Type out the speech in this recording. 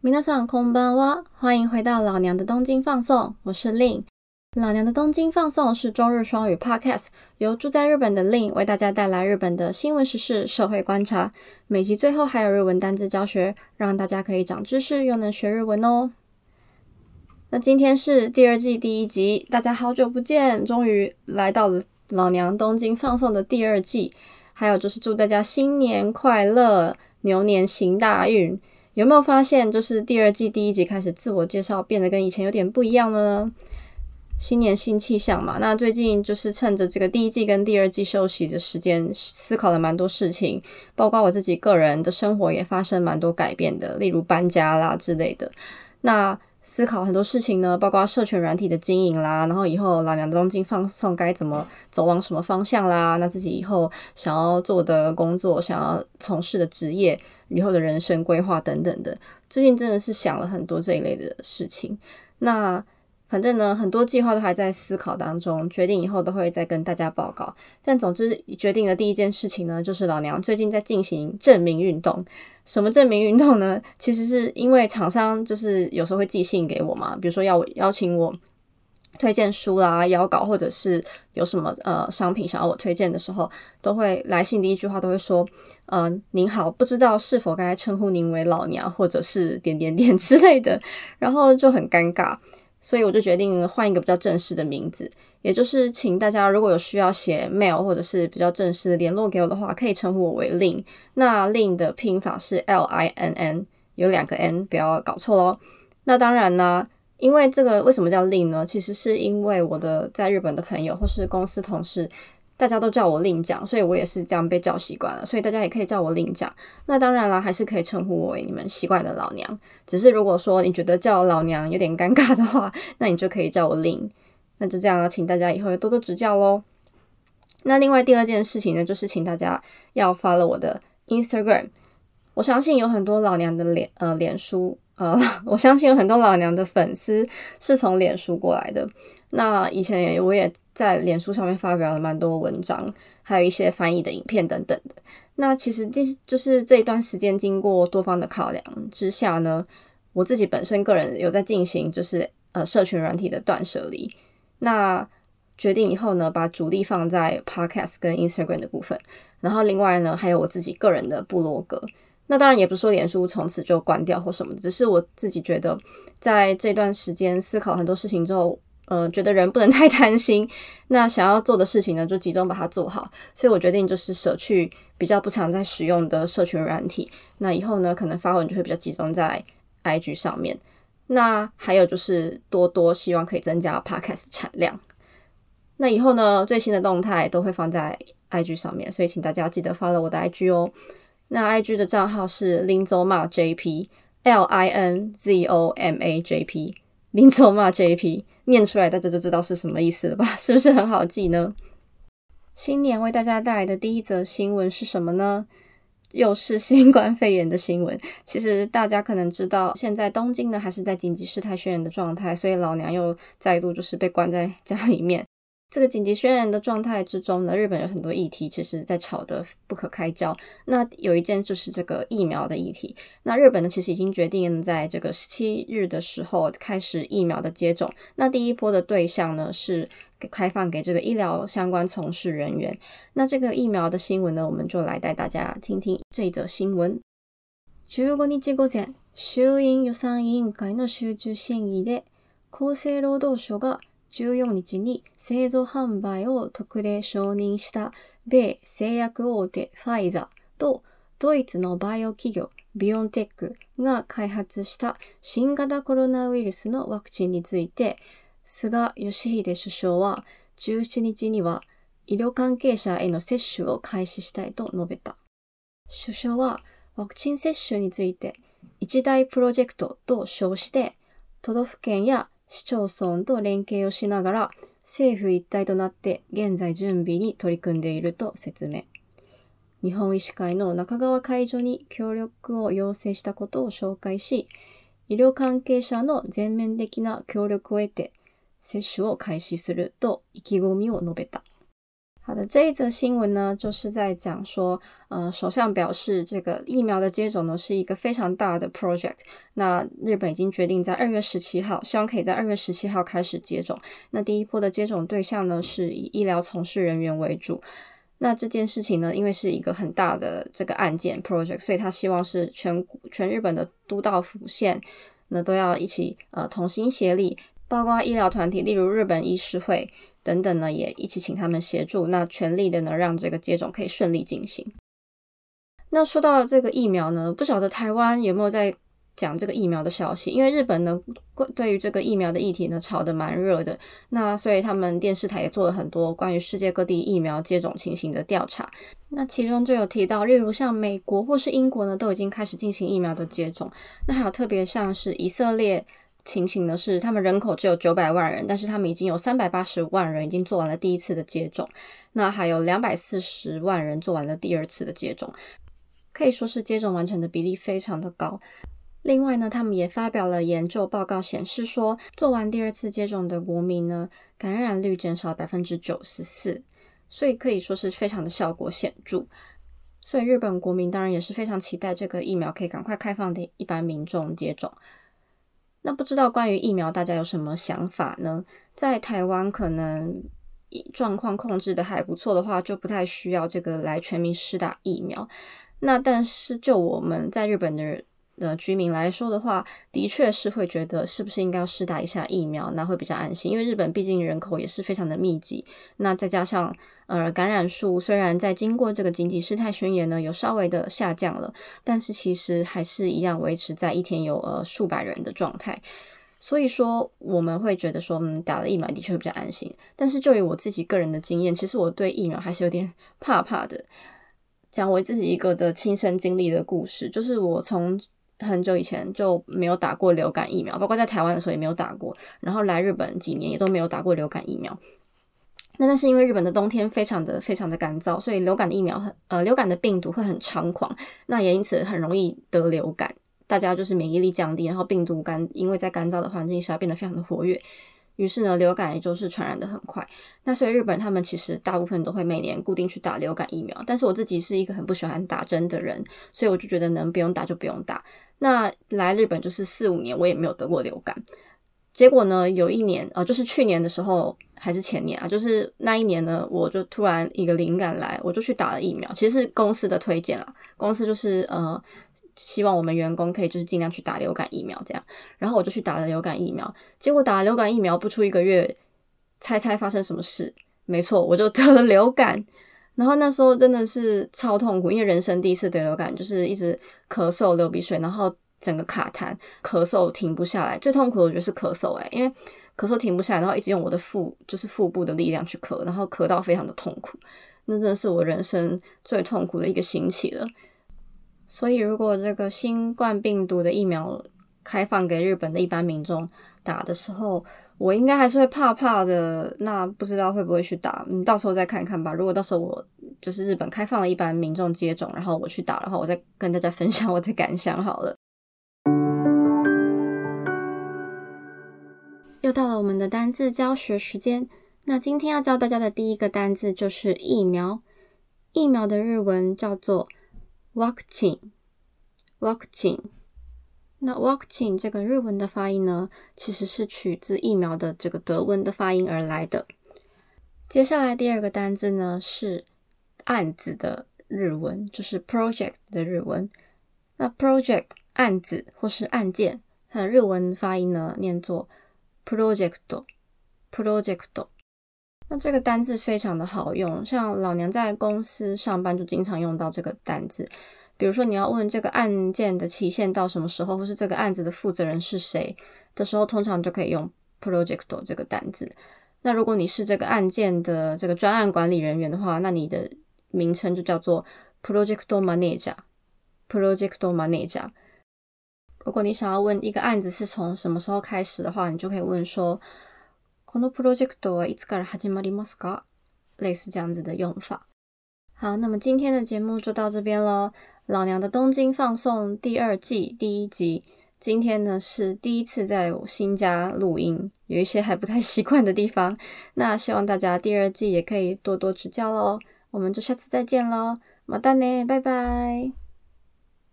皆さんこんばんは，欢迎回到老娘的东京放送，我是 Lin。老娘的东京放送是中日双语 Podcast， 由住在日本的 Lin 为大家带来日本的新闻时事、社会观察。每集最后还有日文单字教学，让大家可以长知识又能学日文哦。那今天是第二季第一集，大家好久不见，终于来到了老娘东京放送的第二季。还有就是祝大家新年快乐，牛年行大运。有没有发现就是第二季第一集开始自我介绍变得跟以前有点不一样了呢？新年新气象嘛，那最近就是趁着这个第一季跟第二季休息的时间，思考了蛮多事情，包括我自己个人的生活也发生蛮多改变的，例如搬家啦之类的。那思考很多事情呢，包括社群软体的经营啦，然后以后老娘的东京放送该怎么走往什么方向啦，那自己以后想要做的工作，想要从事的职业，以后的人生规划等等的，最近真的是想了很多这一类的事情。那反正呢，很多计划都还在思考当中，决定以后都会再跟大家报告。但总之决定的第一件事情呢，就是老娘最近在进行证明运动。什么证明运动呢？其实是因为厂商就是有时候会寄信给我嘛，比如说邀请我推荐书啦、邀稿，或者是有什么商品想要我推荐的时候，都会来信第一句话都会说您好，不知道是否该称呼您为老娘，或者是点点点之类的，然后就很尴尬。所以我就决定换一个比较正式的名字，也就是请大家如果有需要写 mail 或者是比较正式的联络给我的话，可以称呼我为 Lin。那 Lin 的拼法是 L-I-N-N， 有2个 N， 不要搞错咯。那当然呢，因为这个为什么叫 Lin 呢？其实是因为我的在日本的朋友或是公司同事，大家都叫我Lin酱，所以我也是这样被叫习惯了，所以大家也可以叫我Lin酱。那当然啦，还是可以称呼我为你们习惯的老娘。只是如果说你觉得叫老娘有点尴尬的话，那你就可以叫我Lin。那就这样了，请大家以后多多指教咯。那另外第二件事情呢，就是请大家要 follow 我的 Instagram。我相信有很多老娘的脸书我相信有很多老娘的粉丝是从脸书过来的。那以前我也在脸书上面发表了蛮多文章，还有一些翻译的影片等等的。那其实就是这一段时间经过多方的考量之下呢，我自己本身个人有在进行就是社群软体的断舍离。那决定以后呢，把主力放在 Podcast 跟 Instagram 的部分，然后另外呢还有我自己个人的部落格。那当然也不是说脸书从此就关掉或什么的，只是我自己觉得在这段时间思考很多事情之后，觉得人不能太贪心，那想要做的事情呢就集中把它做好，所以我决定就是舍去比较不常在使用的社群软体，那以后呢可能发文就会比较集中在 IG 上面。那还有就是多希望可以增加 Podcast 产量。那以后呢最新的动态都会放在 IG 上面，所以请大家记得 follow 我的 IG 哦。那 IG 的账号是 Linzoma JP Linzoma JP Linzoma JP， 念出来大家就知道是什么意思了吧？是不是很好记呢？新年为大家带来的第一则新闻是什么呢？又是新冠肺炎的新闻。其实大家可能知道，现在东京呢还是在紧急事态宣言的状态，所以老娘又再度就是被关在家里面。这个紧急宣言的状态之中呢，日本有很多议题其实在吵得不可开交。那有一件就是这个疫苗的议题。那日本呢其实已经决定在这个17日的时候开始疫苗的接种。那第一波的对象呢是开放给这个医疗相关从事人员。那这个疫苗的新闻呢，我们就来带大家听听这一则新闻。15日午前、衆院予算委員会の集中審議で、厚生労働省が14日に製造販売を特例承認した米製薬大手ファイザーとドイツのバイオ企業ビオンテックが開発した新型コロナウイルスのワクチンについて、菅義偉首相は17日には医療関係者への接種を開始したいと述べた。首相はワクチン接種について一大プロジェクトと称して、都道府県や市町村と連携をしながら政府一体となって現在準備に取り組んでいると説明。日本医師会の中川会長に協力を要請したことを紹介し、医療関係者の全面的な協力を得て接種を開始すると意気込みを述べた。 好的，这一则新闻呢，就是在讲说，首相表示这个疫苗的接种呢是一个非常大的 project。那日本已经决定在2月17号，希望可以在2月17号开始接种。那第一波的接种对象呢是以医疗从事人员为主。那这件事情呢，因为是一个很大的这个案件 project， 所以他希望是全日本的都道府县呢都要一起同心协力，包括医疗团体，例如日本医师会等等呢，也一起请他们协助，那全力的呢让这个接种可以顺利进行。那说到这个疫苗呢，不晓得台湾有没有在讲这个疫苗的消息，因为日本呢对于这个疫苗的议题呢炒得蛮热的，那所以他们电视台也做了很多关于世界各地疫苗接种情形的调查，那其中就有提到，例如像美国或是英国呢都已经开始进行疫苗的接种，那还有特别像是以色列情形呢是他们人口只有900万人，但是他们已经有380万人已经做完了第一次的接种，那还有240万人做完了第二次的接种，可以说是接种完成的比例非常的高。另外呢，他们也发表了研究报告显示说，做完第二次接种的国民呢，感染率减少 94%， 所以可以说是非常的效果显著。所以日本国民当然也是非常期待这个疫苗可以赶快开放给一般民众接种。那不知道关于疫苗大家有什么想法呢？在台湾可能状况控制的还不错的话，就不太需要这个来全民施打疫苗。那但是就我们在日本的居民来说的话，的确是会觉得是不是应该要施打一下疫苗，那会比较安心，因为日本毕竟人口也是非常的密集，那再加上感染数虽然在经过这个紧急事态宣言呢有稍微的下降了，但是其实还是一样维持在一天有数百人的状态，所以说我们会觉得说打了疫苗的确会比较安心。但是就以我自己个人的经验，其实我对疫苗还是有点怕怕的。讲我自己一个的亲身经历的故事，就是我从很久以前就没有打过流感疫苗，包括在台湾的时候也没有打过，然后来日本几年也都没有打过流感疫苗。那但是因为日本的冬天非常的干燥，所以流感的疫苗流感的病毒会很猖狂，那也因此很容易得流感，大家就是免疫力降低，然后病毒因为在干燥的环境下变得非常的活跃，于是呢流感也就是传染的很快。那所以日本他们其实大部分都会每年固定去打流感疫苗，但是我自己是一个很不喜欢打针的人，所以我就觉得能不用打就不用打。那来日本就是4-5年我也没有得过流感，结果呢有一年就是去年的时候还是前年就是那一年呢，我就突然一个灵感来，我就去打了疫苗，其实是公司的推荐啦，公司就是希望我们员工可以就是尽量去打流感疫苗这样，然后我就去打了流感疫苗，结果打了流感疫苗不出1个月，猜发生什么事？没错，我就得了流感。然后那时候真的是超痛苦，因为人生第一次得流感，就是一直咳嗽流鼻水，然后整个卡痰，咳嗽停不下来。最痛苦的我觉得是咳嗽因为咳嗽停不下来，然后一直用我的腹部的力量去咳，然后咳到非常的痛苦，那真的是我人生最痛苦的一个星期了。所以如果这个新冠病毒的疫苗开放给日本的一般民众打的时候，我应该还是会怕怕的，那不知道会不会去打，到时候再看看吧。如果到时候我就是日本开放了一般民众接种，然后我去打的话，我再跟大家分享我的感想好了。又到了我们的单字教学时间，那今天要教大家的第一个单字就是疫苗。疫苗的日文叫做 ワクチン。那 ワクチン这个日文的发音呢，其实是取自疫苗的这个德文的发音而来的。接下来第二个单字呢是案子的日文，就是 project 的日文。那 project 案子或是案件，它的日文发音呢念作 project。那这个单字非常的好用，像老娘在公司上班就经常用到这个单字。比如说你要问这个案件的期限到什么时候，或是这个案子的负责人是谁的时候，通常就可以用 project 这个单字。那如果你是这个案件的这个专案管理人员的话，那你的名称就叫做 project manager。如果你想要问一个案子是从什么时候开始的话，你就可以问说このプロジェクトはいつから始まりますか？类似这样子的用法。好，那么今天的节目就到这边咯。老娘的东京放送第2季第1集今天呢是第一次在我新家录音，有一些还不太习惯的地方，那希望大家第二季也可以多多指教咯。我们就下次再见咯，またね，拜拜。